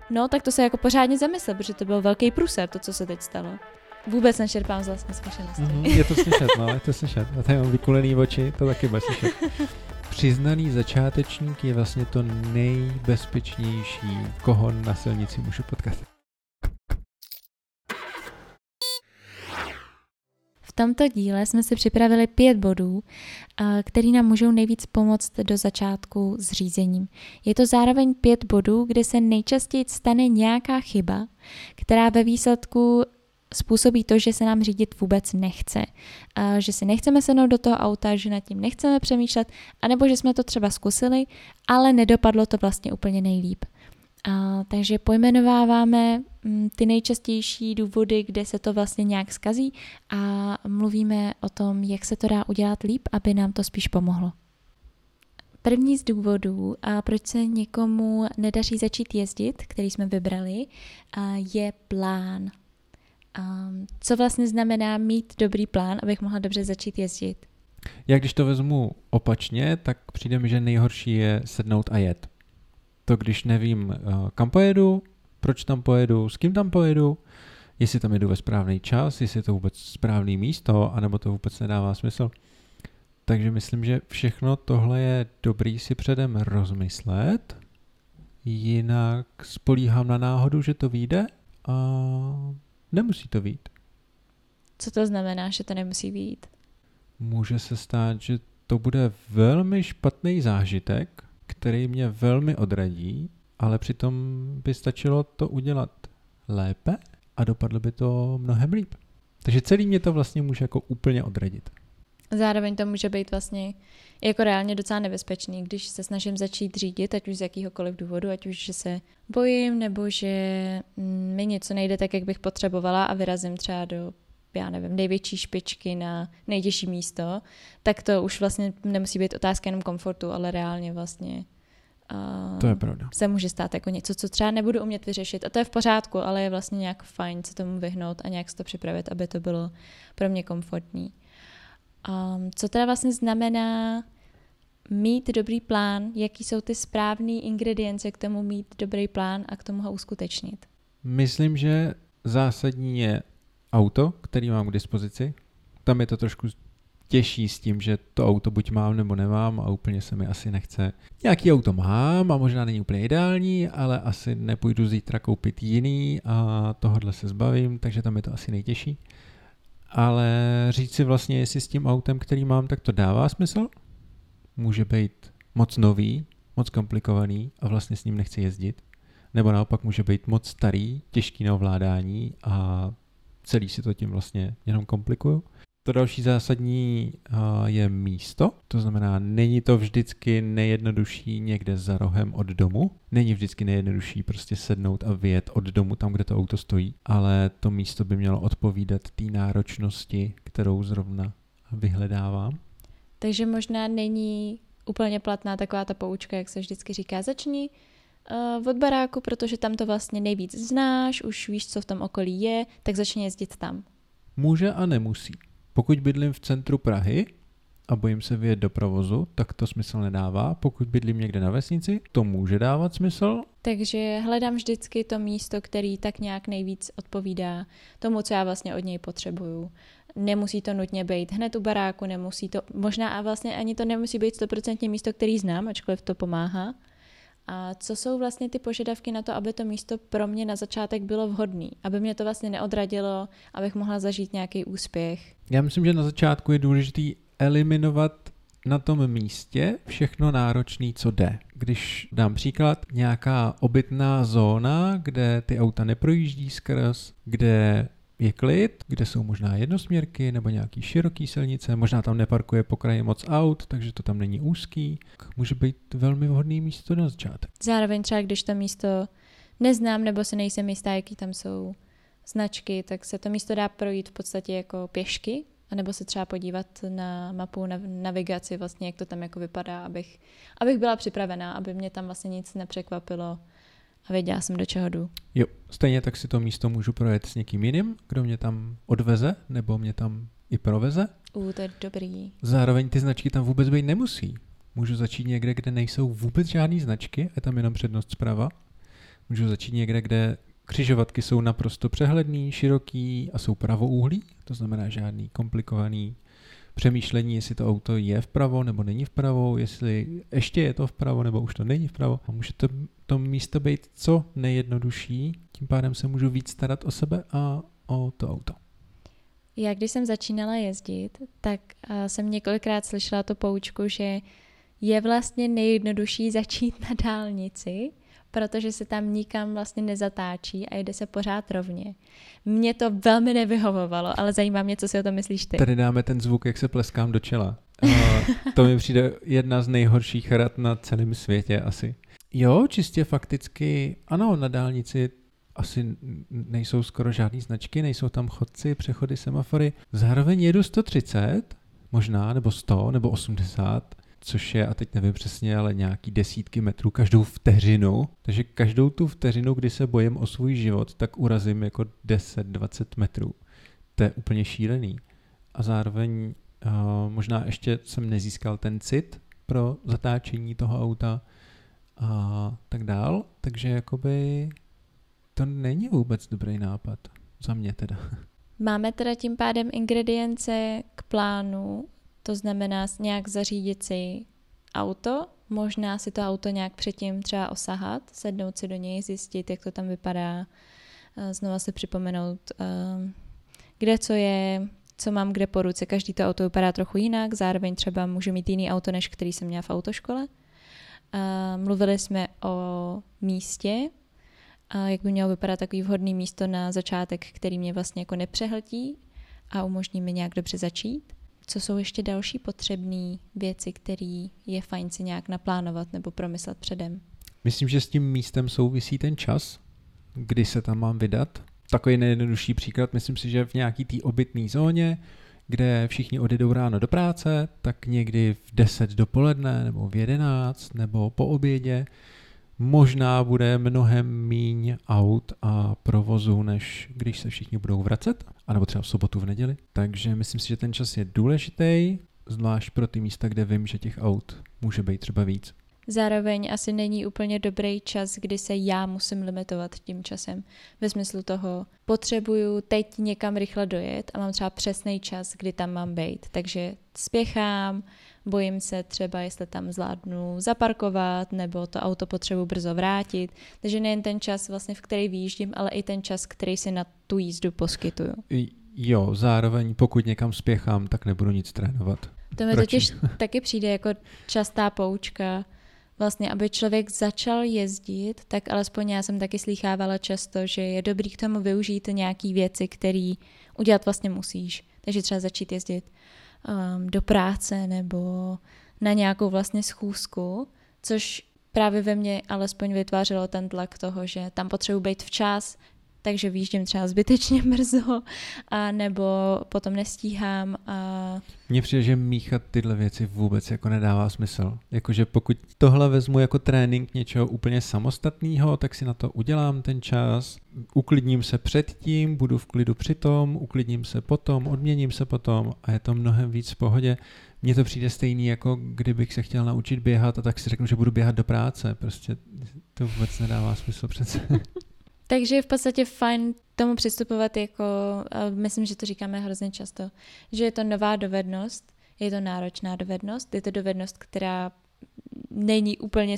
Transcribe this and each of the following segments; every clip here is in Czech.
No, tak to se jako pořádně zamyslet, protože to byl velký průser, to, co se teď stalo. Vůbec nečerpám z vlastní zkušenosti. Je to slyšet, no, je to slyšet. Já tady mám vykulený oči, to taky bude slyšet. Přiznaný začátečník je vlastně to nejbezpečnější, koho na silnici můžu potkat. V tomto díle jsme si připravili 5 bodů, které nám můžou nejvíc pomoct do začátku s řízením. Je to zároveň 5 bodů, kde se nejčastěji stane nějaká chyba, která ve výsledku způsobí to, že se nám řídit vůbec nechce. Že si nechceme sednout do toho auta, že nad tím nechceme přemýšlet, anebo že jsme to třeba zkusili, ale nedopadlo to vlastně úplně nejlíp. Takže pojmenováváme ty nejčastější důvody, kde se to vlastně nějak zkazí a mluvíme o tom, jak se to dá udělat líp, aby nám to spíš pomohlo. První z důvodů, proč se někomu nedaří začít jezdit, který jsme vybrali, je plán. Co vlastně znamená mít dobrý plán, abych mohla dobře začít jezdit? Já když to vezmu opačně, tak přijde mi, že nejhorší je sednout a jet. To když nevím, kam pojedu, proč tam pojedu, s kým tam pojedu, jestli tam jedu ve správný čas, jestli je to vůbec správný místo, anebo to vůbec nedává smysl. Takže myslím, že všechno tohle je dobrý si předem rozmyslet, jinak spolíhám na náhodu, že to vyjde a nemusí to vyjít. Co to znamená, že to nemusí vyjít? Může se stát, že to bude velmi špatný zážitek, který mě velmi odradí, ale přitom by stačilo to udělat lépe a dopadlo by to mnohem líp. Takže celý mě to vlastně může jako úplně odradit. Zároveň to může být vlastně jako reálně docela nebezpečný, když se snažím začít řídit, ať už z jakýhokoliv důvodu, ať už, že se bojím, nebo že mi něco nejde tak, jak bych potřebovala a vyrazím třeba do, já nevím, největší špičky na nejtěžší místo, tak to už vlastně nemusí být otázka jenom komfortu, ale reálně vlastně to je pravda. Se může stát jako něco, co třeba nebudu umět vyřešit a to je v pořádku, ale je vlastně nějak fajn se tomu vyhnout a nějak se to připravit, aby to bylo pro mě komfortní. Co teda vlastně znamená mít dobrý plán, jaký jsou ty správné ingredience k tomu mít dobrý plán a k tomu ho uskutečnit? Myslím, že zásadní je auto, který mám k dispozici. Tam je to trošku těžší s tím, že to auto buď mám nebo nemám a úplně se mi asi nechce. Nějaký auto mám a možná není úplně ideální, ale asi nepůjdu zítra koupit jiný a tohodle se zbavím, takže tam je to asi nejtěžší. Ale říct si vlastně, jestli s tím autem, který mám, tak to dává smysl. Může být moc nový, moc komplikovaný a vlastně s ním nechci jezdit. Nebo naopak může být moc starý, těžký na ovládání a celý si to tím vlastně jenom komplikuju. To další zásadní je místo, to znamená, není to vždycky nejjednodušší někde za rohem od domu, není vždycky nejjednodušší prostě sednout a vyjet od domu tam, kde to auto stojí, ale to místo by mělo odpovídat té náročnosti, kterou zrovna vyhledávám. Takže možná není úplně platná taková ta poučka, jak se vždycky říká, začni od baráku, protože tam to vlastně nejvíc znáš, už víš, co v tom okolí je, tak začni jezdit tam. Může a nemusí. Pokud bydlím v centru Prahy a bojím se vyjet do provozu, tak to smysl nedává. Pokud bydlím někde na vesnici, to může dávat smysl. Takže hledám vždycky to místo, který tak nějak nejvíc odpovídá tomu, co já vlastně od něj potřebuju. Nemusí to nutně být hned u baráku, nemusí to, možná a vlastně ani to nemusí být 100% místo, který znám, ačkoliv to pomáhá. A co jsou vlastně ty požadavky na to, aby to místo pro mě na začátek bylo vhodné, aby mě to vlastně neodradilo, abych mohla zažít nějaký úspěch? Já myslím, že na začátku je důležitý eliminovat na tom místě všechno náročné, co jde. Když dám příklad, nějaká obytná zóna, kde ty auta neprojíždí skrz, kde je klid, kde jsou možná jednosměrky nebo nějaký široký silnice, možná tam neparkuje po kraji moc aut, takže to tam není úzký. Může být velmi vhodný místo na začátek. Zároveň třeba, když to místo neznám nebo se nejsem jistá, jaký tam jsou značky, tak se to místo dá projít v podstatě jako pěšky, anebo se třeba podívat na mapu, na navigaci, vlastně, jak to tam jako vypadá, abych byla připravená, aby mě tam vlastně nic nepřekvapilo a věděla jsem, do čeho jdu. Jo, stejně tak si to místo můžu projet s někým jiným, kdo mě tam odveze, nebo mě tam i proveze. To je dobrý. Zároveň ty značky tam vůbec být nemusí. Můžu začít někde, kde nejsou vůbec žádný značky, je tam jenom přednost zprava. Můžu začít někde, kde křižovatky jsou naprosto přehledný, široký a jsou pravoúhlý, to znamená žádný komplikovaný přemýšlení, jestli to auto je vpravo nebo není vpravo, jestli ještě je to vpravo nebo už to není vpravo. A může to místo být co nejjednodušší, tím pádem se můžu víc starat o sebe a o to auto. Já když jsem začínala jezdit, tak jsem několikrát slyšela to poučku, že je vlastně nejjednodušší začít na dálnici, protože se tam nikam vlastně nezatáčí a jede se pořád rovně. Mně to velmi nevyhovovalo, ale zajímá mě, co si o tom myslíš ty. Tady dáme ten zvuk, jak se pleskám do čela. To mi přijde jedna z nejhorších rad na celém světě asi. Jo, čistě fakticky, ano, na dálnici asi nejsou skoro žádný značky, nejsou tam chodci, přechody, semafory. Zároveň jedu 130, možná, nebo 100, nebo 80, což je, a teď nevím přesně, ale nějaký desítky metrů každou vteřinu. Takže každou tu vteřinu, kdy se bojím o svůj život, tak urazím jako 10-20 metrů. To je úplně šílený. A zároveň možná ještě jsem nezískal ten cit pro zatáčení toho auta a tak dál. Takže jakoby to není vůbec dobrý nápad. Za mě teda. Máme teda tím pádem ingredience k plánu, to znamená nějak zařídit si auto, možná si to auto nějak předtím třeba osahat, sednout si do něj, zjistit, jak to tam vypadá, znova se připomenout, kde co je, co mám kde po ruce. Každý to auto vypadá trochu jinak, zároveň třeba můžu mít jiný auto, než který jsem měla v autoškole. Mluvili jsme o místě, jak by mělo vypadat takový vhodný místo na začátek, který mě vlastně jako nepřehltí a umožní mi nějak dobře začít. Co jsou ještě další potřebné věci, které je fajn si nějak naplánovat nebo promyslet předem? Myslím, že s tím místem souvisí ten čas, kdy se tam mám vydat. Takový nejjednodušší příklad, myslím si, že v nějaký té obytné zóně, kde všichni odjedou ráno do práce, tak někdy v 10 dopoledne nebo v 11 nebo po obědě možná bude mnohem míň aut a provozu, než když se všichni budou vracet, anebo třeba v sobotu, v neděli. Takže myslím si, že ten čas je důležitý, zvlášť pro ty místa, kde vím, že těch aut může být třeba víc. Zároveň asi není úplně dobrý čas, kdy se já musím limitovat tím časem. Ve smyslu toho, potřebuju teď někam rychle dojet a mám třeba přesný čas, kdy tam mám být. Takže spěchám, bojím se třeba, jestli tam zvládnu zaparkovat, nebo to auto potřebuji brzo vrátit. Takže nejen ten čas, vlastně, v který vyjíždím, ale i ten čas, který si na tu jízdu poskytuju. Jo, zároveň pokud někam spěchám, tak nebudu nic trénovat. To mi totiž taky přijde jako častá poučka, vlastně, aby člověk začal jezdit, tak alespoň já jsem taky slýchávala často, že je dobrý k tomu využít nějaký věci, které udělat vlastně musíš. Takže třeba začít jezdit do práce nebo na nějakou vlastně schůzku, což právě ve mně alespoň vytvářelo ten tlak toho, že tam potřebuji být včas, takže výjíždím třeba zbytečně brzo, a nebo potom nestíhám. Mně přijde, že míchat tyhle věci vůbec jako nedává smysl. Jakože pokud tohle vezmu jako trénink něčeho úplně samostatného, tak si na to udělám ten čas, uklidním se předtím, budu v klidu přitom, uklidním se potom, odměním se potom a je to mnohem víc v pohodě. Mně to přijde stejný, jako kdybych se chtěl naučit běhat a tak si řeknu, že budu běhat do práce. Prostě to vůbec nedává smysl přece. Takže je v podstatě fajn tomu přistupovat jako, myslím, že to říkáme hrozně často, že je to nová dovednost, je to náročná dovednost, je to dovednost, která není úplně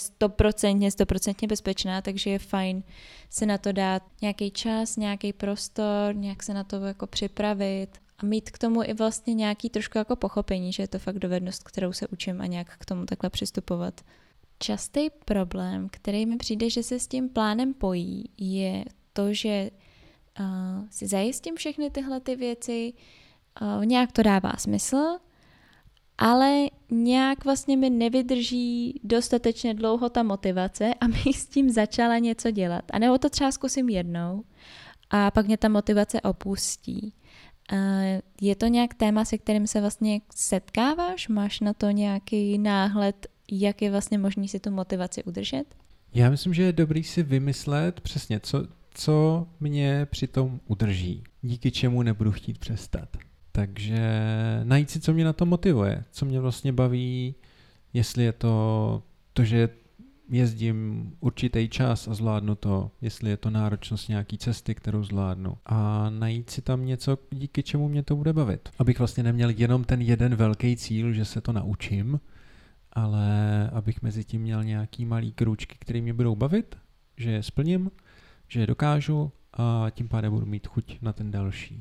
100% bezpečná, takže je fajn se na to dát nějaký čas, nějaký prostor, nějak se na to jako připravit a mít k tomu i vlastně nějaký trošku jako pochopení, že je to fakt dovednost, kterou se učím a nějak k tomu takhle přistupovat. Častý problém, který mi přijde, že se s tím plánem pojí, je to, že si zajistím všechny tyhle ty věci, nějak to dává smysl, ale nějak vlastně mi nevydrží dostatečně dlouho ta motivace, abych s tím začala něco dělat. A nebo to třeba zkusím jednou a pak mě ta motivace opustí. Je to nějak téma, se kterým se vlastně setkáváš? Máš na to nějaký náhled, jak je vlastně možný si tu motivaci udržet? Já myslím, že je dobrý si vymyslet přesně, co mě při tom udrží, díky čemu nebudu chtít přestat. Takže najít si, co mě na to motivuje, co mě vlastně baví, jestli je to, že jezdím určitý čas a zvládnu to, jestli je to náročnost nějaký cesty, kterou zvládnu. A najít si tam něco, díky čemu mě to bude bavit. Abych vlastně neměl jenom ten jeden velký cíl, že se to naučím, ale abych mezi tím měl nějaký malý krůčky, které mě budou bavit, že je splním, že je dokážu a tím pádem budu mít chuť na ten další.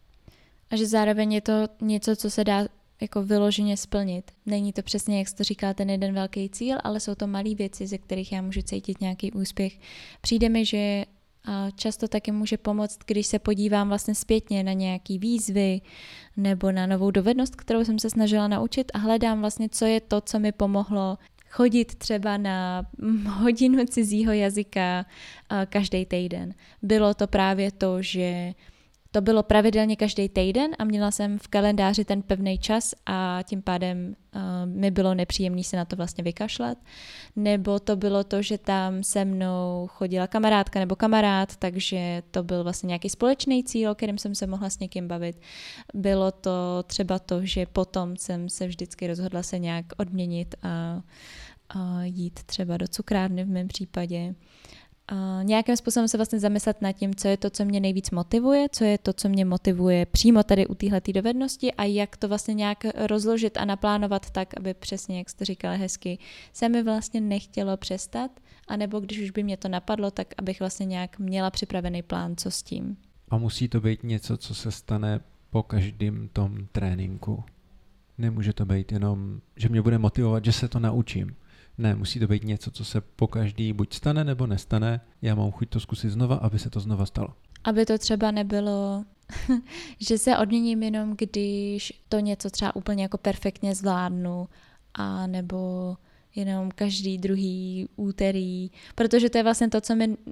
A že zároveň je to něco, co se dá jako vyloženě splnit. Není to přesně, jak jsi to říkal, ten jeden velký cíl, ale jsou to malé věci, ze kterých já můžu cítit nějaký úspěch. Přijde mi, že často taky může pomoct, když se podívám vlastně zpětně na nějaký výzvy nebo na novou dovednost, kterou jsem se snažila naučit a hledám vlastně, co je to, co mi pomohlo chodit třeba na hodinu cizího jazyka každý týden. Bylo to právě to, že to bylo pravidelně každý týden a měla jsem v kalendáři ten pevný čas a tím pádem mi bylo nepříjemné se na to vlastně vykašlat. Nebo to bylo to, že tam se mnou chodila kamarádka nebo kamarád, takže to byl vlastně nějaký společný cíl, o kterém jsem se mohla s někým bavit. Bylo to třeba to, že potom jsem se vždycky rozhodla se nějak odměnit a jít třeba do cukrárny v mém případě. Nějakým způsobem se vlastně zamyslet nad tím, co je to, co mě nejvíc motivuje, co je to, co mě motivuje přímo tady u téhleté dovednosti a jak to vlastně nějak rozložit a naplánovat tak, aby přesně, jak jste říkala hezky, se mi vlastně nechtělo přestat, anebo když už by mě to napadlo, tak abych vlastně nějak měla připravený plán, co s tím. A musí to být něco, co se stane po každém tom tréninku. Nemůže to být jenom, že mě bude motivovat, že se to naučím. Ne, musí to být něco, co se po každý buď stane nebo nestane. Já mám chuť to zkusit znova, aby se to znova stalo. Aby to třeba nebylo, že se odměním jenom, když to něco třeba úplně jako perfektně zvládnu, a nebo jenom každý druhý úterý, protože to je vlastně to,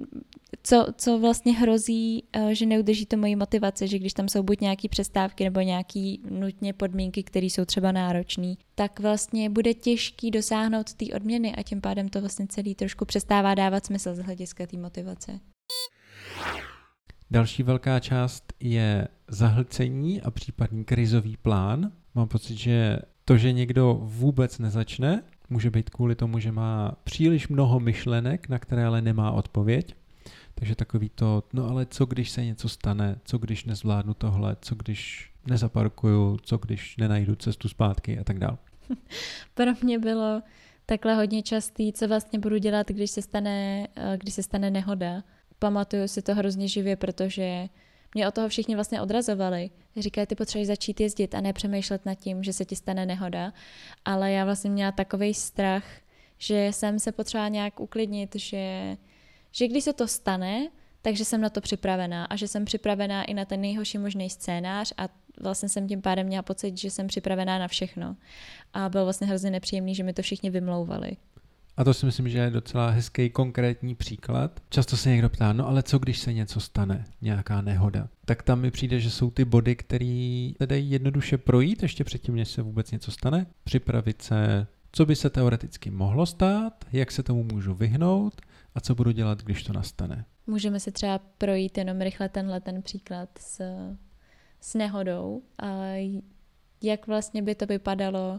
co vlastně hrozí, že neudrží to moji motivaci, že když tam jsou buď nějaký přestávky nebo nějaký nutně podmínky, které jsou třeba náročné, tak vlastně bude těžký dosáhnout té odměny a tím pádem to vlastně celý trošku přestává dávat smysl z hlediska té motivace. Další velká část je zahlcení a případný krizový plán. Mám pocit, že to, že někdo vůbec nezačne, může být kvůli tomu, že má příliš mnoho myšlenek, na které ale nemá odpověď. Takže takový to, no ale co když se něco stane, co když nezvládnu tohle, co když nezaparkuju, co když nenajdu cestu zpátky a tak dále. Pro mě bylo takhle hodně častý, co vlastně budu dělat, když se stane nehoda. Pamatuju si to hrozně živě, protože mě od toho všichni vlastně odrazovali. Říkali, ty potřebuješ začít jezdit a ne přemýšlet nad tím, že se ti stane nehoda. Ale já vlastně měla takovej strach, že jsem se potřebovala nějak uklidnit, že když se to stane, takže jsem na to připravená a že jsem připravená i na ten nejhorší možný scénář a vlastně jsem tím pádem měla pocit, že jsem připravená na všechno. A bylo vlastně hrozně nepříjemný, že mi to všichni vymlouvali. A to si myslím, že je docela hezký konkrétní příklad. Často se někdo ptá, no ale co když se něco stane, nějaká nehoda. Tak tam mi přijde, že jsou ty body, které se dají jednoduše projít ještě předtím, než se vůbec něco stane. Připravit se, co by se teoreticky mohlo stát, jak se tomu můžu vyhnout a co budu dělat, když to nastane. Můžeme si třeba projít jenom rychle ten příklad s nehodou. A jak vlastně by to vypadalo,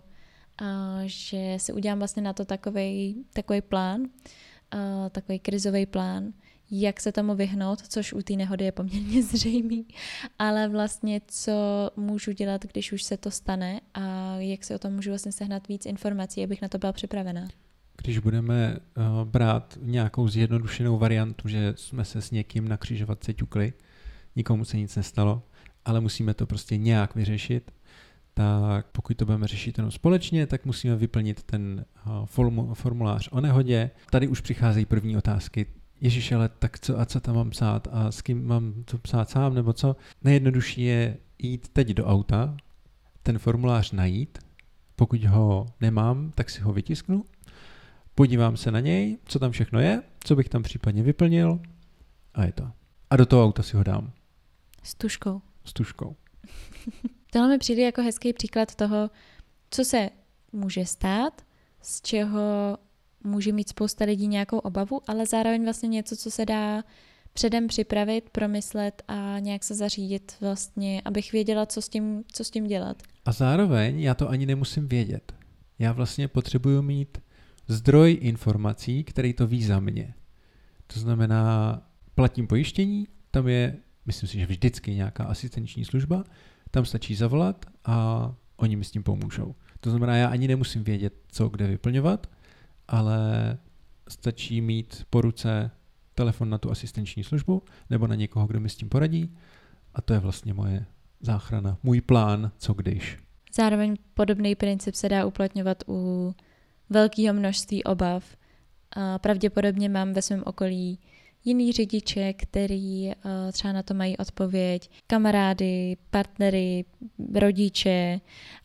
že si udělám vlastně na to takový plán, takový krizový plán, jak se tomu vyhnout, což u té nehody je poměrně zřejmý, ale vlastně co můžu dělat, když už se to stane a jak se o tom můžu vlastně sehnat víc informací, abych na to byla připravená. Když budeme brát nějakou zjednodušenou variantu, že jsme se s někým na křižovatce ťukli, nikomu se nic nestalo, ale musíme to prostě nějak vyřešit, tak pokud to budeme řešit jenom společně, tak musíme vyplnit ten formulář o nehodě. Tady už přicházejí první otázky. Ježiš, ale tak co tam mám psát a s kým mám to psát sám nebo co? Nejjednodušší je jít teď do auta, ten formulář najít. Pokud ho nemám, tak si ho vytisknu. Podívám se na něj, co tam všechno je, co bych tam případně vyplnil a je to. A do toho auta si ho dám. S tužkou. S tužkou. Tohle mi přijde jako hezký příklad toho, co se může stát, z čeho může mít spousta lidí nějakou obavu, ale zároveň vlastně něco, co se dá předem připravit, promyslet a nějak se zařídit vlastně, abych věděla, co s tím dělat. A zároveň já to ani nemusím vědět. Já vlastně potřebuju mít zdroj informací, který to ví za mě. To znamená, platím pojištění, tam je, myslím si, že vždycky nějaká asistenční služba, tam stačí zavolat a oni mi s tím pomůžou. To znamená, já ani nemusím vědět, co kde vyplňovat, ale stačí mít po ruce telefon na tu asistenční službu nebo na někoho, kdo mi s tím poradí a to je vlastně moje záchrana, můj plán, co když. Zároveň podobný princip se dá uplatňovat u velkého množství obav. Pravděpodobně mám ve svém okolí jiný řidiče, který třeba na to mají odpověď, kamarády, partnery, rodiče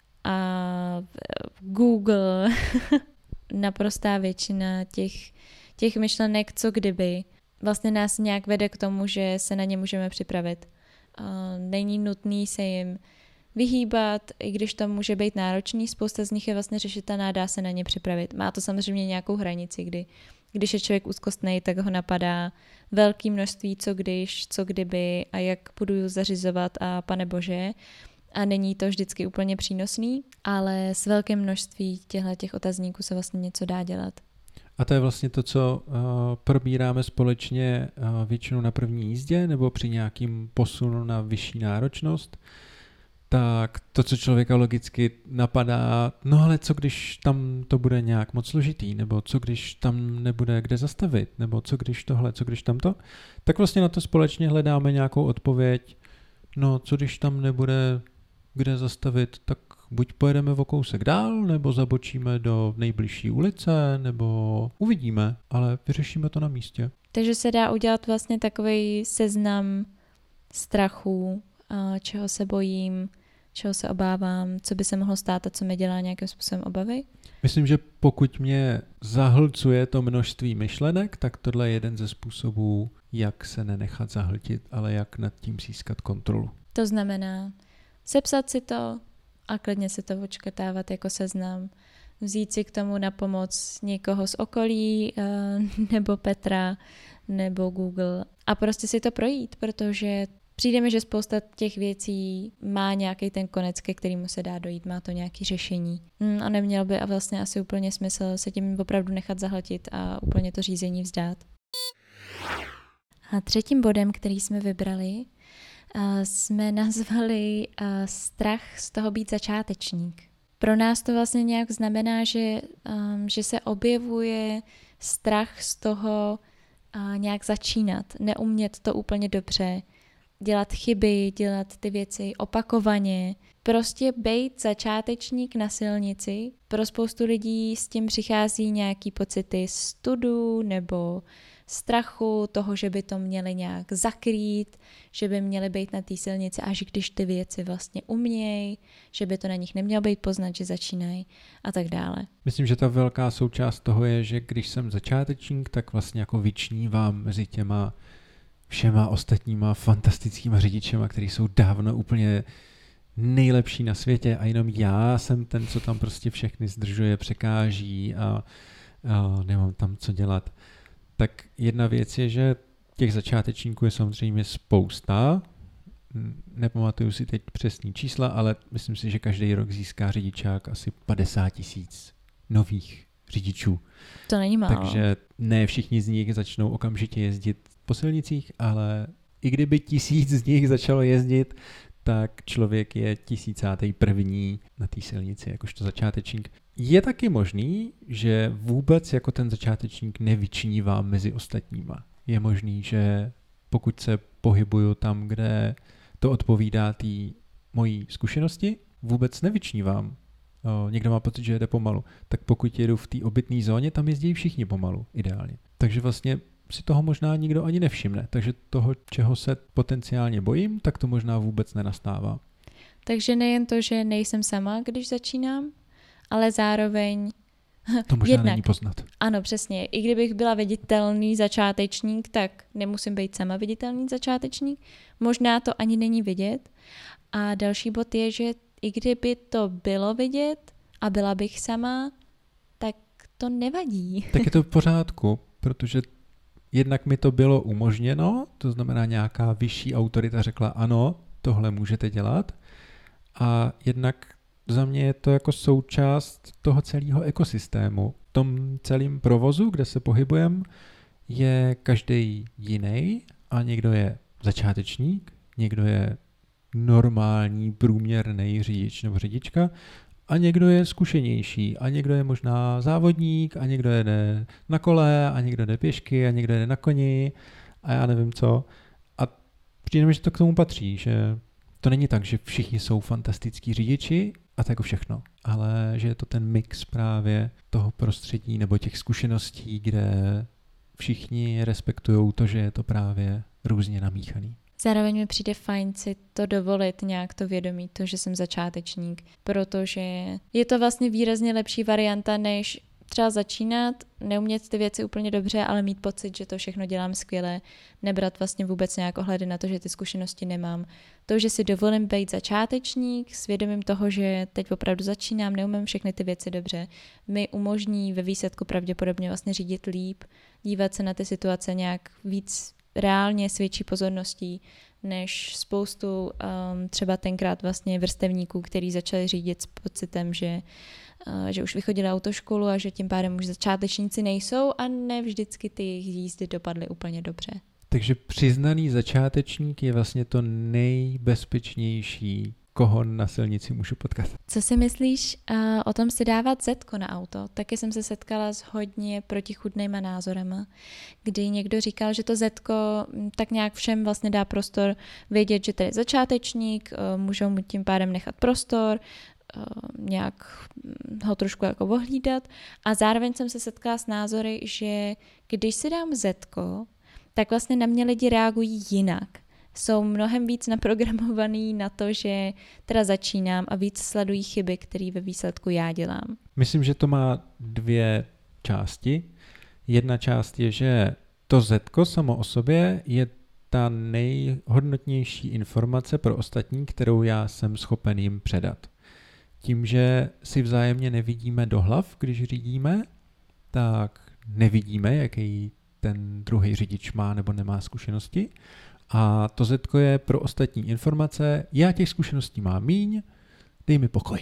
a Google. Naprostá většina těch myšlenek, co kdyby, vlastně nás nějak vede k tomu, že se na ně můžeme připravit. Není nutný se jim vyhýbat, i když to může být náročný, spousta z nich je vlastně řešitelná, dá se na ně připravit. Má to samozřejmě nějakou hranici, když je člověk úzkostnej, tak ho napadá velké množství, co když, co kdyby a jak budu zařizovat a pane bože. A není to vždycky úplně přínosný, ale s velkým množství těch otazníků se vlastně něco dá dělat. A to je vlastně to, co probíráme společně většinou na první jízdě nebo při nějakým posunu na vyšší náročnost. Tak to, co člověka logicky napadá, no ale co když tam to bude nějak moc složitý, nebo co když tam nebude kde zastavit, nebo co když tohle, co když tamto, tak vlastně na to společně hledáme nějakou odpověď, no co když tam nebude kde zastavit, tak buď pojedeme o kousek dál, nebo zabočíme do nejbližší ulice, nebo uvidíme, ale vyřešíme to na místě. Takže se dá udělat vlastně takový seznam strachů, čeho se bojím, čeho se obávám, co by se mohlo stát a co mi dělá nějakým způsobem obavy? Myslím, že pokud mě zahlcuje to množství myšlenek, tak tohle je jeden ze způsobů, jak se nenechat zahltit, ale jak nad tím získat kontrolu. To znamená sepsat si to a klidně si to odškrtávat jako seznam. Vzít si k tomu na pomoc někoho z okolí, nebo Petra, nebo Google a prostě si to projít, protože přijde mi, že spousta těch věcí má nějaký ten konec, ke kterému se dá dojít, má to nějaké řešení. A neměl by a vlastně asi úplně smysl se tím opravdu nechat zahltit a úplně to řízení vzdát. A třetím bodem, který jsme vybrali, jsme nazvali strach z toho být začátečník. Pro nás to vlastně nějak znamená, že se objevuje strach z toho nějak začínat, neumět to úplně dobře, dělat chyby, dělat ty věci opakovaně. Prostě být začátečník na silnici. Pro spoustu lidí s tím přichází nějaký pocity studu nebo strachu, toho, že by to měli nějak zakrýt, že by měli být na té silnici, až když ty věci vlastně umějí, že by to na nich nemělo být poznat, že začínají a tak dále. Myslím, že ta velká součást toho je, že když jsem začátečník, tak vlastně jako vyčnívám mezi těma všema ostatníma fantastickýma řidičema, kteří jsou dávno úplně nejlepší na světě a jenom já jsem ten, co tam prostě všechny zdržuje, překáží a nemám tam co dělat. Tak jedna věc je, že těch začátečníků je samozřejmě spousta. Nepamatuju si teď přesný čísla, ale myslím si, že každý rok získá řidičák asi 50 000 nových řidičů. To není málo. Takže ne všichni z nich začnou okamžitě jezdit po silnicích, ale i kdyby 1000 z nich začalo jezdit, tak člověk je 1001. na té silnici, jakožto začátečník. Je taky možný, že vůbec jako ten začátečník nevyčnívá mezi ostatníma. Je možný, že pokud se pohybuju tam, kde to odpovídá té mojí zkušenosti, vůbec nevyčnívám. Někdo má pocit, že jede pomalu. Tak pokud jedu v té obytné zóně, tam jezdí všichni pomalu, ideálně. Takže vlastně si toho možná nikdo ani nevšimne. Takže toho, čeho se potenciálně bojím, tak to možná vůbec nenastává. Takže nejen to, že nejsem sama, když začínám, ale zároveň to možná není poznat. Ano, přesně. I kdybych byla viditelný začátečník, tak nemusím být sama viditelný začátečník. Možná to ani není vidět. A další bod je, že i kdyby to bylo vidět a byla bych sama, tak to nevadí. Tak je to v pořádku, protože jednak mi to bylo umožněno, to znamená nějaká vyšší autorita řekla ano, tohle můžete dělat. A jednak za mě je to jako součást toho celého ekosystému. tom celém provozu, kde se pohybujeme, je každý jiný a někdo je začátečník, někdo je normální, průměrný řidič nebo řidička a někdo je zkušenější a někdo je možná závodník a někdo jede na kole a někdo jde pěšky a někdo jede na koni a já nevím co. A přijde mi, že to k tomu patří, že to není tak, že všichni jsou fantastický řidiči a to jako všechno, ale že je to ten mix právě toho prostředí nebo těch zkušeností, kde všichni respektují to, že je to právě různě namíchaný. Zároveň mi přijde fajn si to dovolit, nějak to vědomí, to, že jsem začátečník, protože je to vlastně výrazně lepší varianta, než třeba začínat, neumět ty věci úplně dobře, ale mít pocit, že to všechno dělám skvěle, nebrat vlastně vůbec nějak ohledy na to, že ty zkušenosti nemám. To, že si dovolím být začátečník, s vědomím toho, že teď opravdu začínám, neumím všechny ty věci dobře, mi umožní ve výsledku pravděpodobně vlastně řídit líp, dívat se na ty situace nějak víc reálně s větší pozorností, než spoustu třeba tenkrát vlastně vrstevníků, kteří začali řídit s pocitem, že už vychodili autoškolu a že tím pádem už začátečníci nejsou a ne vždycky ty jejich jízdy dopadly úplně dobře. Takže přiznaný začátečník je vlastně to nejbezpečnější, koho na silnici můžu potkat. Co si myslíš o tom si dávat zetko na auto? Taky jsem se setkala s hodně protichůdnýma názorema, kdy někdo říkal, že to zetko tak nějak všem vlastně dá prostor vědět, že to je začátečník, můžou mu tím pádem nechat prostor, nějak ho trošku jako ohlídat. A zároveň jsem se setkala s názory, že když si dám zetko, tak vlastně na mě lidi reagují jinak. Jsou mnohem víc naprogramovaný na to, že teda začínám a víc sledují chyby, které ve výsledku já dělám. Myslím, že to má dvě části. Jedna část je, že to zetko samo o sobě je ta nejhodnotnější informace pro ostatní, kterou já jsem schopen jim předat. Tím, že si vzájemně nevidíme do hlav, když řídíme, tak nevidíme, jaký ten druhý řidič má nebo nemá zkušenosti. A to zetko je pro ostatní informace. Já těch zkušeností mám míň, dej mi pokoj.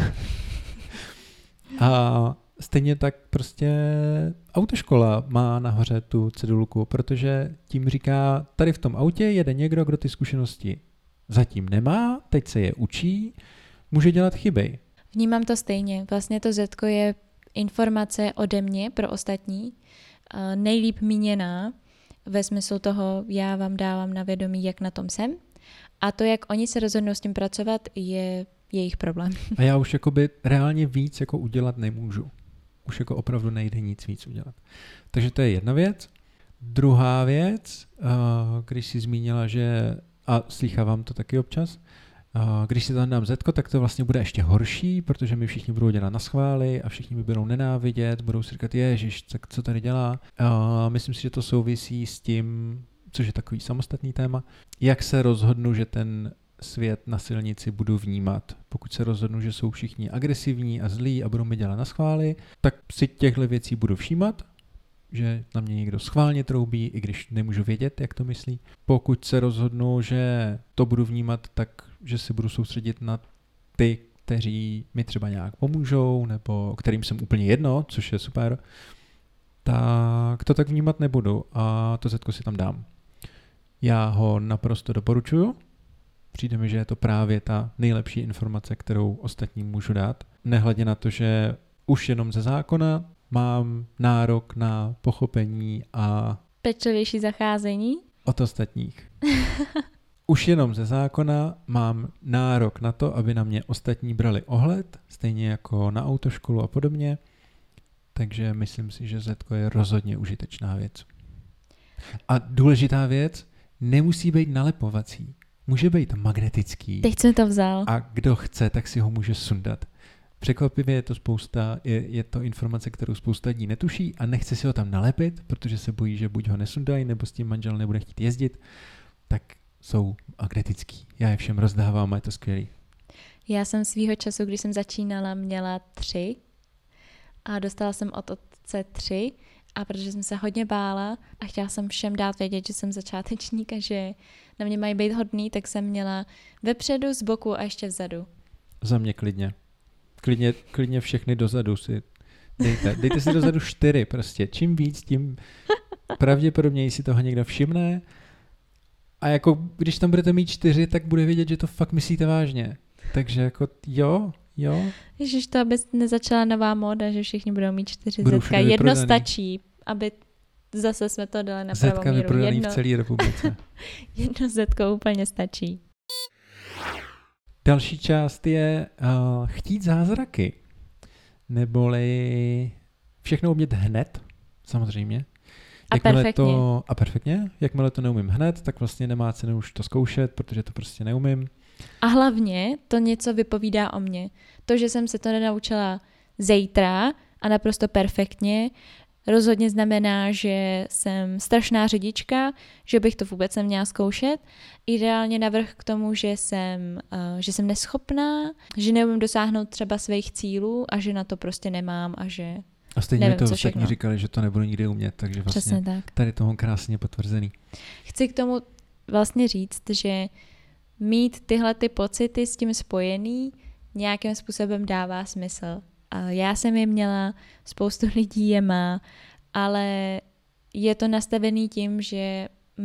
A stejně tak prostě autoškola má nahoře tu cedulku, protože tím říká, tady v tom autě jede někdo, kdo ty zkušenosti zatím nemá, teď se je učí, může dělat chyby. Vnímám to stejně. Vlastně to zetko je informace ode mě pro ostatní, nejlíp míněná, ve smyslu toho, já vám dávám na vědomí, jak na tom jsem. A to, jak oni se rozhodnou s tím pracovat, je jejich problém. A já už jakoby reálně víc jako udělat nemůžu. Už jako opravdu nejde nic víc udělat. Takže to je jedna věc. Druhá věc, když jsi zmínila, že, a slýchávám to taky občas, když si tam dám zetko, tak to vlastně bude ještě horší, protože mi všichni budou dělat naschvály a všichni mi budou nenávidět, budou si říkat, ježiš, tak co tady dělá. Myslím si, že to souvisí s tím, což je takový samostatný téma, jak se rozhodnu, že ten svět na silnici budu vnímat. Pokud se rozhodnu, že jsou všichni agresivní a zlí a budou mi dělat naschvály, tak si těchto věcí budu všímat, že na mě někdo schválně troubí, i když nemůžu vědět, jak to myslí. Pokud se rozhodnu, že to budu vnímat tak, že se budu soustředit na ty, kteří mi třeba nějak pomůžou, nebo kterým jsem úplně jedno, což je super, tak to tak vnímat nebudu a to zetko si tam dám. Já ho naprosto doporučuju. Přijde mi, že je to právě ta nejlepší informace, kterou ostatním můžu dát. Nehledě na to, že už jenom ze zákona mám nárok na pochopení a pečlivější zacházení od ostatních. Už jenom ze zákona mám nárok na to, aby na mě ostatní brali ohled, stejně jako na autoškolu a podobně. Takže myslím si, že zetko je rozhodně užitečná věc. A důležitá věc, nemusí být nalepovací. Může být magnetický. Teď jsem to vzal. A kdo chce, tak si ho může sundat. Překvapivě je to je to informace, kterou spousta lidí netuší a nechce si ho tam nalepit, protože se bojí, že buď ho nesundají, nebo s tím manžel nebude chtít jezdit, tak jsou magnetický. Já je všem rozdávám a je to skvělý. Já jsem svýho času, když jsem začínala, měla 3 a dostala jsem od otce 3 a protože jsem se hodně bála a chtěla jsem všem dát vědět, že jsem začátečník a že na mě mají být hodný, tak jsem měla vepředu, z boku a ještě vzadu. Za mě klidně. Klidně všechny dozadu si Dejte si dozadu 4 prostě. Čím víc, tím pravděpodobněji si toho někdo všimne. A jako když tam budete mít 4, tak bude vědět, že to fakt myslíte vážně. Takže jako jo. Ježiš, to aby nezačala nová móda, že všichni budou mít 4 Budou zetka. Jedno stačí, aby zase jsme to dali na pravou míru. Zetka vyprodaný v celé republice. Jedno zetko úplně stačí. Další část je chtít zázraky. Neboli všechno umět hned, samozřejmě. A perfektně. Jakmile to neumím hned, tak vlastně nemá cenu už to zkoušet, protože to prostě neumím. A hlavně to něco vypovídá o mně. To, že jsem se to nenaučila zítra a naprosto perfektně, rozhodně znamená, že jsem strašná řidička, že bych to vůbec neměla zkoušet. Ideálně navrch k tomu, že jsem neschopná, že neumím dosáhnout třeba svých cílů a že na to prostě nemám a že a stejně nevím, mi to ostatní říkali, že to nebudu nikdy umět, takže vlastně tady tomu krásně potvrzený. Chci k tomu vlastně říct, že mít tyhle ty pocity s tím spojený nějakým způsobem dává smysl. A já jsem je měla, spoustu lidí je má, ale je to nastavený tím, že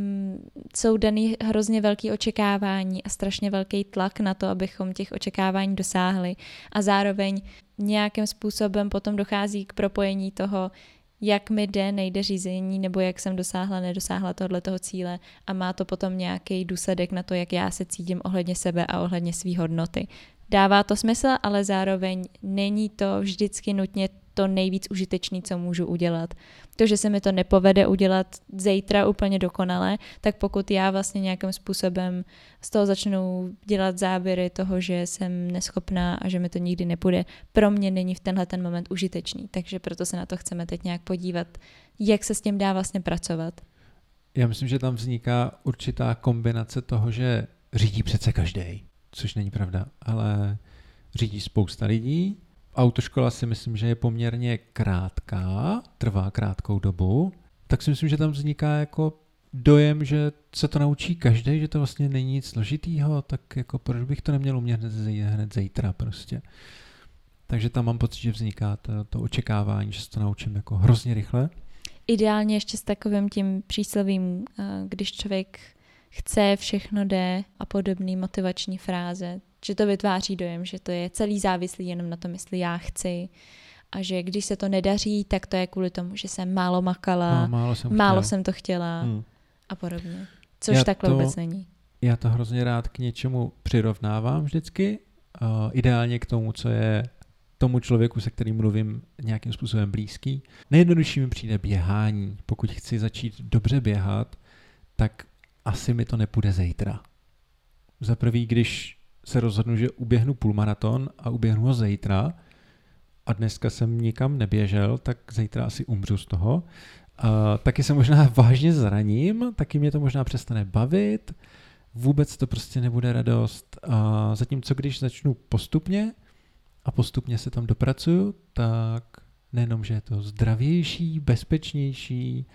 jsou daný hrozně velký očekávání a strašně velký tlak na to, abychom těch očekávání dosáhli. A zároveň nějakým způsobem potom dochází k propojení toho, jak mi nejde řízení, nebo jak jsem nedosáhla tohoto cíle a má to potom nějaký důsledek na to, jak já se cítím ohledně sebe a ohledně svý hodnoty. Dává to smysl, ale zároveň není to vždycky nutně to nejvíc užitečné, co můžu udělat. To, že se mi to nepovede udělat zítra úplně dokonale, tak pokud já vlastně nějakým způsobem z toho začnu dělat záběry toho, že jsem neschopná a že mi to nikdy nepůjde, pro mě není v tenhle ten moment užitečný. Takže proto se na to chceme teď nějak podívat, jak se s tím dá vlastně pracovat. Já myslím, že tam vzniká určitá kombinace toho, že řídí přece každej, což není pravda, ale řídí spousta lidí. Autoškola si myslím, že je poměrně krátká, trvá krátkou dobu, tak si myslím, že tam vzniká jako dojem, že se to naučí každý, že to vlastně není nic složitýho, tak jako proč bych to neměl umět hned zítra prostě. Takže tam mám pocit, že vzniká to očekávání, že se to naučím jako hrozně rychle. Ideálně ještě s takovým tím příslovím, když člověk chce, všechno jde a podobný motivační fráze, že to vytváří dojem, že to je celý závislý jenom na tom, jestli já chci a že když se to nedaří, tak to je kvůli tomu, že jsem málo makala, málo jsem to chtěla a podobně. Což takhle vůbec není. Já to hrozně rád k něčemu přirovnávám vždycky, ideálně k tomu, co je tomu člověku, se kterým mluvím, nějakým způsobem blízký. Nejjednodušší mi přijde běhání. Pokud chci začít dobře běhat, tak asi mi to nepůjde zítra. Za prvý, když se rozhodnu, že uběhnu půlmaraton a uběhnu ho zítra a dneska jsem nikam neběžel, tak zítra asi umřu z toho. Taky se možná vážně zraním, taky mě to možná přestane bavit, vůbec to prostě nebude radost. Zatímco když začnu postupně a postupně se tam dopracuju, tak nejenom, že je to zdravější, bezpečnější,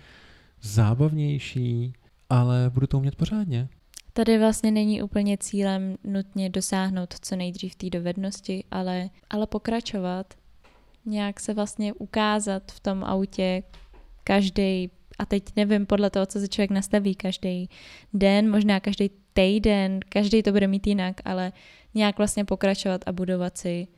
zábavnější, ale budu to umět pořádně. Tady vlastně není úplně cílem nutně dosáhnout co nejdřív té dovednosti, ale pokračovat. Nějak se vlastně ukázat v tom autě každý, a teď nevím podle toho, co se člověk nastaví, každý den, možná každý týden, každý to bude mít jinak, ale nějak vlastně pokračovat a budovat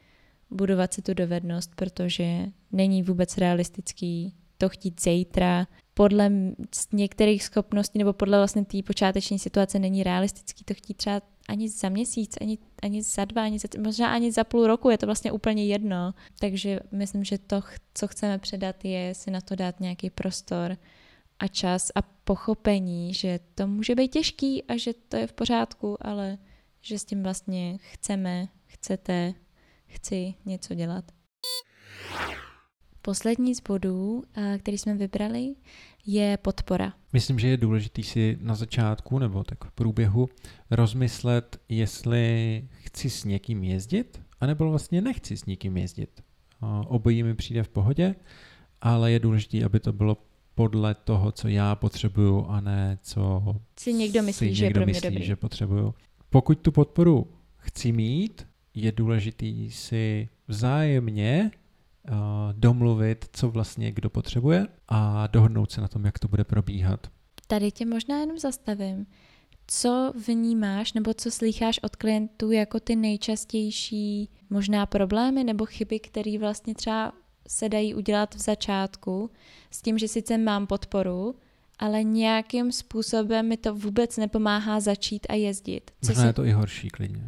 si tu dovednost, protože není vůbec realistický to chtít zítra. Podle některých schopností nebo podle vlastně té počáteční situace není realistický to chtít třeba ani za měsíc, ani za 2, možná ani za půl roku, je to vlastně úplně jedno. Takže myslím, že to, co chceme předat, je si na to dát nějaký prostor a čas a pochopení, že to může být těžký a že to je v pořádku, ale že s tím vlastně chci něco dělat. Poslední z bodů, který jsme vybrali, je podpora. Myslím, že je důležitý si na začátku nebo tak v průběhu rozmyslet, jestli chci s někým jezdit, anebo vlastně nechci s někým jezdit. Obojí mi přijde v pohodě, ale je důležité, aby to bylo podle toho, co já potřebuju, a ne co si někdo myslí, že je pro mě dobrý. Že potřebuju. Pokud tu podporu chci mít, je důležitý si vzájemně domluvit, co vlastně kdo potřebuje a dohodnout se na tom, jak to bude probíhat. Tady tě možná jenom zastavím. Co vnímáš nebo co slýcháš od klientů jako ty nejčastější možná problémy nebo chyby, které vlastně třeba se dají udělat v začátku s tím, že sice mám podporu, ale nějakým způsobem mi to vůbec nepomáhá začít a jezdit. Možná je to i horší klidně.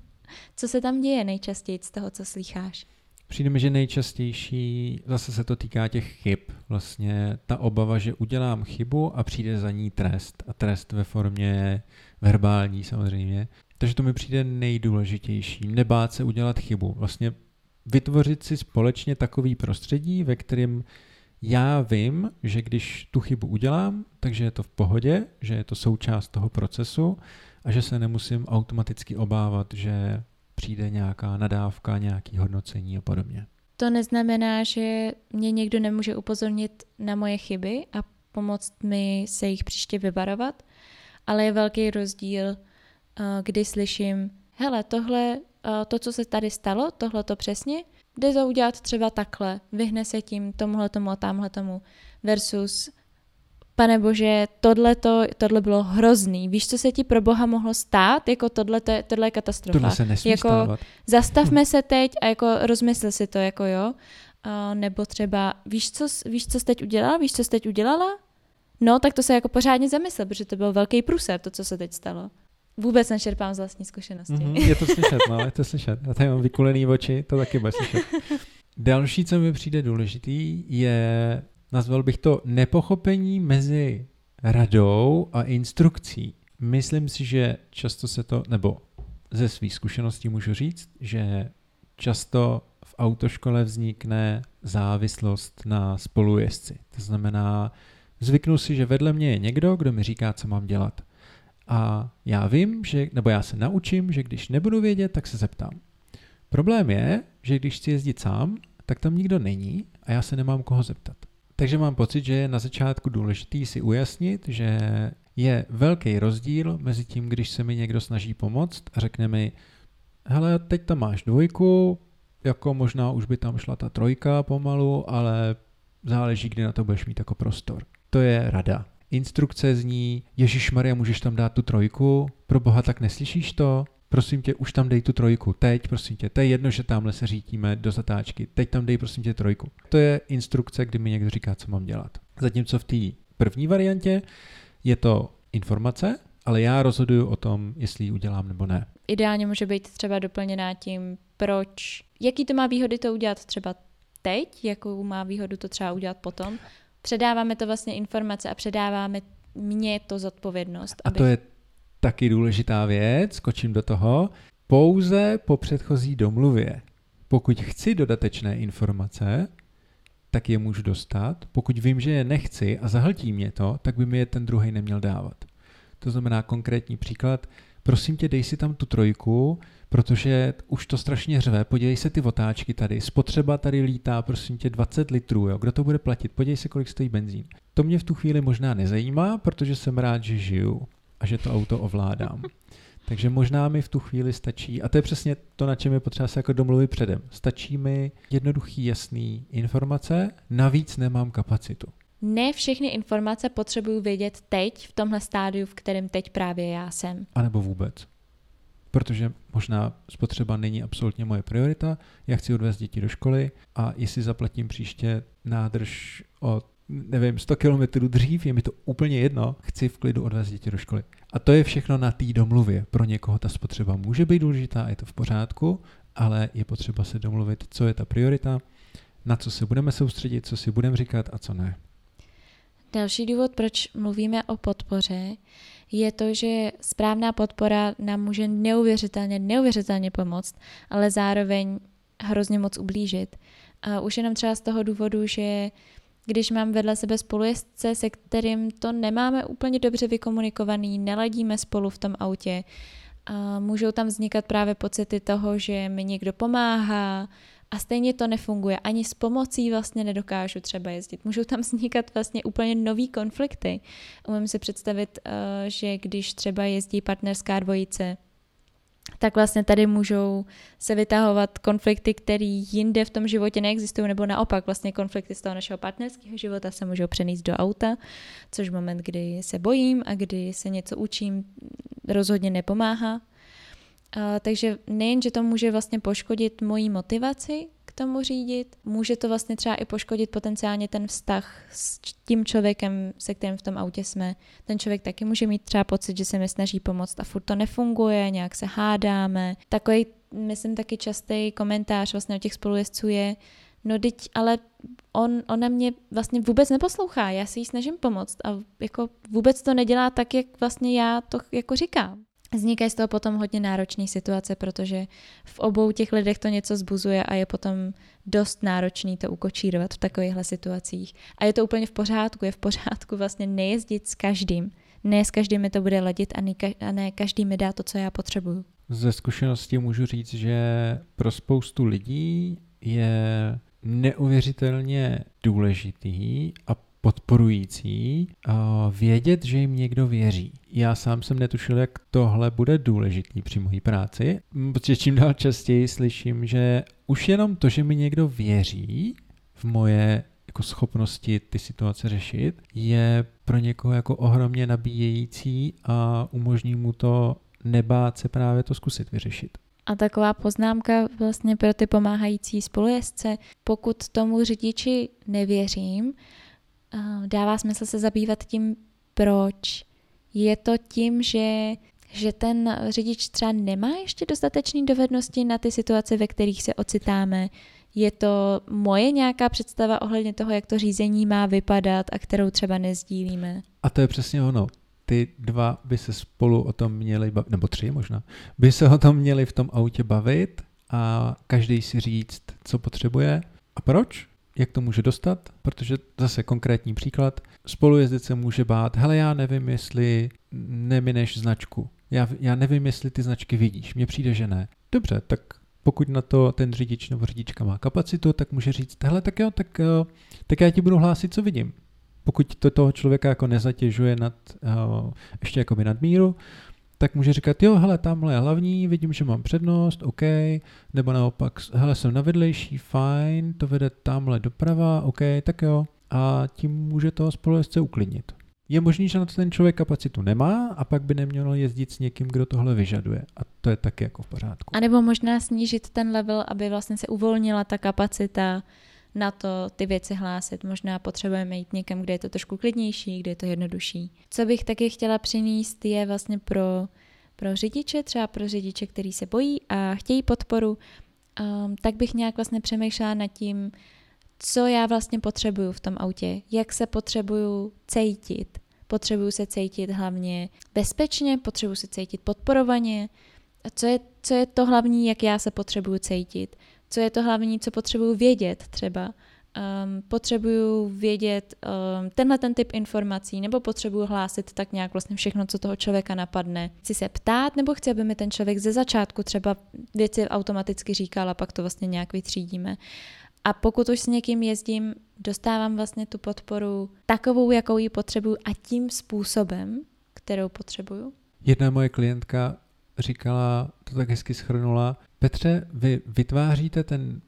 Co se tam děje nejčastěji z toho, co slýcháš? Přijde mi, že nejčastější, zase se to týká těch chyb, vlastně ta obava, že udělám chybu a přijde za ní trest. A trest ve formě verbální samozřejmě. Takže to mi přijde nejdůležitější. Nebát se udělat chybu. Vlastně vytvořit si společně takový prostředí, ve kterém já vím, že když tu chybu udělám, takže je to v pohodě, že je to součást toho procesu a že se nemusím automaticky obávat, že přijde nějaká nadávka, nějaký hodnocení a podobně. To neznamená, že mě někdo nemůže upozornit na moje chyby a pomoct mi se jich příště vyvarovat, ale je velký rozdíl, kdy slyším, hele, tohle, to, co se tady stalo, tohle to přesně, jde to udělat třeba takhle, vyhne se tím tomuhle tomu a tamhle tomu versus pane bože, tohle bylo hrozný. Víš, co se ti pro boha mohlo stát? Jako tohle je katastrofa. Tohle se nesmí jako, stávat. Zastavme se teď a jako rozmysl si to, jako jo. Nebo třeba, víš, co jsi teď udělala? Víš, co jsi teď udělala? No, tak to se jako pořádně zamysl, protože to byl velký průser, to, co se teď stalo. Vůbec nečerpám z vlastní zkušenosti. Je to slyšet, je to slyšet. Já tady mám vykulený oči, to taky bude slyšet. Další, co mi přijde důležitý, je, nazval bych to nepochopení mezi radou a instrukcí. Myslím si, že často se to, nebo ze svých zkušeností můžu říct, že často v autoškole vznikne závislost na spolujezdci. To znamená, zvyknu si, že vedle mě je někdo, kdo mi říká, co mám dělat. A já vím, nebo já se naučím, že když nebudu vědět, tak se zeptám. Problém je, že když chci jezdit sám, tak tam nikdo není a já se nemám koho zeptat. Takže mám pocit, že je na začátku důležitý si ujasnit, že je velký rozdíl mezi tím, když se mi někdo snaží pomoct a řekne mi, hele, teď tam máš 2, jako možná už by tam šla ta 3 pomalu, ale záleží, kdy na to budeš mít jako prostor. To je rada. Instrukce zní, Ježišmarja, můžeš tam dát tu 3, pro boha, tak neslyšíš to? Prosím tě, už tam dej tu 3, teď, prosím tě, to je jedno, že tamhle se řítíme do zatáčky, teď tam dej, prosím tě, 3. To je instrukce, kdy mi někdo říká, co mám dělat. Zatímco v té první variantě je to informace, ale já rozhoduju o tom, jestli ji udělám nebo ne. Ideálně může být třeba doplněná tím, jaký to má výhody to udělat třeba teď, jakou má výhodu to třeba udělat potom. Předáváme to vlastně informace a předáváme mně to zodpovědnost. A to je taky důležitá věc, skočím do toho, pouze po předchozí domluvě. Pokud chci dodatečné informace, tak je můžu dostat. Pokud vím, že je nechci a zahltí mě to, tak by mi je ten druhej neměl dávat. To znamená konkrétní příklad, prosím tě, dej si tam tu 3, protože už to strašně řve, podívej se ty otáčky tady, spotřeba tady lítá, prosím tě, 20 litrů, jo? Kdo to bude platit, podívej se, kolik stojí benzín. To mě v tu chvíli možná nezajímá, protože jsem rád, že žiju a že to auto ovládám. Takže možná mi v tu chvíli stačí, a to je přesně to, na čem je potřeba se jako domluvit předem, stačí mi jednoduchý, jasný informace, navíc nemám kapacitu. Ne všechny informace potřebuju vědět teď, v tomhle stádiu, v kterém teď právě já jsem. A nebo vůbec. Protože možná spotřeba není absolutně moje priorita, já chci odvést děti do školy a jestli zaplatím příště nádrž o, 100 kilometrů dřív, je mi to úplně jedno, chci v klidu odvést děti do školy. A to je všechno na té domluvě. Pro někoho ta spotřeba může být důležitá, je to v pořádku, ale je potřeba se domluvit, co je ta priorita, na co se budeme soustředit, co si budeme říkat a co ne. Další důvod, proč mluvíme o podpoře, je to, že správná podpora nám může neuvěřitelně pomoct, ale zároveň hrozně moc ublížit. A už jenom třeba z toho důvodu, že když mám vedle sebe spolujezdce, se kterým to nemáme úplně dobře vykomunikovaný, neladíme spolu v tom autě, a můžou tam vznikat právě pocity toho, že mi někdo pomáhá a stejně to nefunguje. Ani s pomocí vlastně nedokážu třeba jezdit. Můžou tam vznikat vlastně úplně nový konflikty. Umím si představit, že když třeba jezdí partnerská dvojice tak vlastně tady můžou se vytahovat konflikty, které jinde v tom životě neexistují, nebo naopak vlastně konflikty z toho našeho partnerského života se můžou přenést do auta, což moment, kdy se bojím a kdy se něco učím, rozhodně nepomáhá. Takže nejen, že to může vlastně poškodit moji motivaci k tomu řídit, může to vlastně třeba i poškodit potenciálně ten vztah s tím člověkem, se kterým v tom autě jsme. Ten člověk taky může mít třeba pocit, že se mi snaží pomoct a furt to nefunguje, nějak se hádáme. Takový, myslím, taky častý komentář vlastně od těch spolujezdců je, no teď, ale ona mě vlastně vůbec neposlouchá, já si jí snažím pomoct a jako vůbec to nedělá tak, jak vlastně já to jako říkám. Vznikají z toho potom hodně náročné situace, protože v obou těch lidech to něco zbuzuje a je potom dost náročný to ukočírovat v takovýchhle situacích. A je to úplně v pořádku, je v pořádku vlastně nejezdit s každým. Ne s každým mi to bude ladit a ne každý mi dá to, co já potřebuju. Ze zkušenosti můžu říct, že pro spoustu lidí je neuvěřitelně důležitý a podporující vědět, že jim někdo věří. Já sám jsem netušil, jak tohle bude důležitý při mojí práci, protože čím dál častěji slyším, že už jenom to, že mi někdo věří v moje jako schopnosti ty situace řešit, je pro někoho jako ohromně nabíjející a umožní mu to nebát se právě to zkusit vyřešit. A taková poznámka vlastně pro ty pomáhající spolujezdce, pokud tomu řidiči nevěřím, dává smysl se zabývat tím, proč. Je to tím, že ten řidič třeba nemá ještě dostatečné dovednosti na ty situace, ve kterých se ocitáme. Je to moje nějaká představa ohledně toho, jak to řízení má vypadat a kterou třeba nezdílíme. A to je přesně ono. Ty dva by se spolu o tom měli bavit, nebo tři možná, by se o tom měli v tom autě bavit a každý si říct, co potřebuje a proč. Jak to může dostat, protože zase konkrétní příklad, spolujezdec se může bát, hele, já nevím, jestli nemineš značku, já nevím, jestli ty značky vidíš, mně přijde, že ne. Dobře, tak pokud na to ten řidič nebo řidička má kapacitu, tak může říct, hele, tak já ti budu hlásit, co vidím. Pokud to toho člověka jako nezatěžuje ještě jakoby nad míru, tak může říkat, jo, hele, tamhle je hlavní, vidím, že mám přednost, OK, nebo naopak, hele, jsem na vedlejší, fajn, to vede tamhle doprava, OK, tak jo. A tím může toho spolujezdce uklidnit. Je možný, že na to ten člověk kapacitu nemá a pak by nemělo jezdit s někým, kdo tohle vyžaduje. A to je taky jako v pořádku. A nebo možná snížit ten level, aby vlastně se uvolnila ta kapacita na to ty věci hlásit. Možná potřebujeme jít někam, kde je to trošku klidnější, kde je to jednodušší. Co bych taky chtěla přinést je vlastně pro řidiče, třeba pro řidiče, který se bojí a chtějí podporu, tak bych nějak vlastně přemýšlela nad tím, co já vlastně potřebuju v tom autě, jak se potřebuju cítit. Potřebuju se cítit hlavně bezpečně, potřebuju se cítit podporovaně. A co je to hlavní, jak já se potřebuju cítit? Co je to hlavní, co potřebuju vědět třeba? Potřebuju vědět tenhle ten typ informací, nebo potřebuju hlásit tak nějak vlastně všechno, co toho člověka napadne. Chci se ptát, nebo chci, aby mi ten člověk ze začátku třeba věci automaticky říkal a pak to vlastně nějak vytřídíme. A pokud už s někým jezdím, dostávám vlastně tu podporu takovou, jakou ji potřebuju a tím způsobem, kterou potřebuju. Jedna moje klientka říkala, to tak hezky shrnula, Petře, vy vytváříte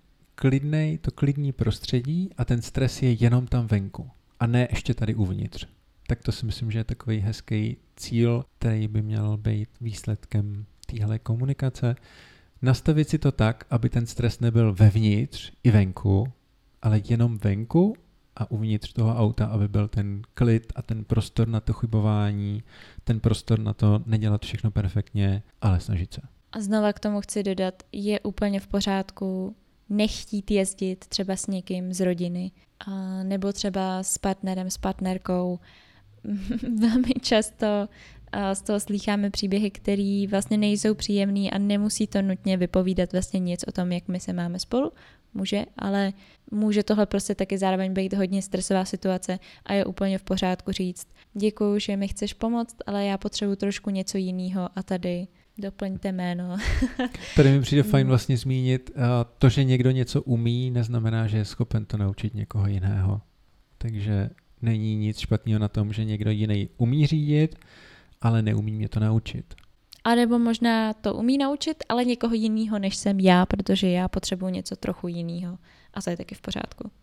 to klidný prostředí a ten stres je jenom tam venku a ne ještě tady uvnitř. Tak to si myslím, že je takový hezký cíl, který by měl být výsledkem téhle komunikace. Nastavit si to tak, aby ten stres nebyl vevnitř i venku, ale jenom venku a uvnitř toho auta, aby byl ten klid a ten prostor na to chybování, ten prostor na to nedělat všechno perfektně, ale snažit se. A znova k tomu chci dodat, je úplně v pořádku nechtít jezdit třeba s někým z rodiny, nebo třeba s partnerem, s partnerkou. Velmi často z toho slýcháme příběhy, které vlastně nejsou příjemný a nemusí to nutně vypovídat vlastně nic o tom, jak my se máme spolu. Může, ale může tohle prostě taky zároveň být hodně stresová situace a je úplně v pořádku říct, děkuju, že mi chceš pomoct, ale já potřebuji trošku něco jiného a tady doplňte jméno. Tady mi přijde fajn vlastně zmínit, to, že někdo něco umí, neznamená, že je schopen to naučit někoho jiného. Takže není nic špatného na tom, že někdo jiný umí řídit, ale neumí mě to naučit. A nebo možná to umí naučit, ale někoho jiného, než jsem já, protože já potřebuji něco trochu jiného. A to je taky v pořádku.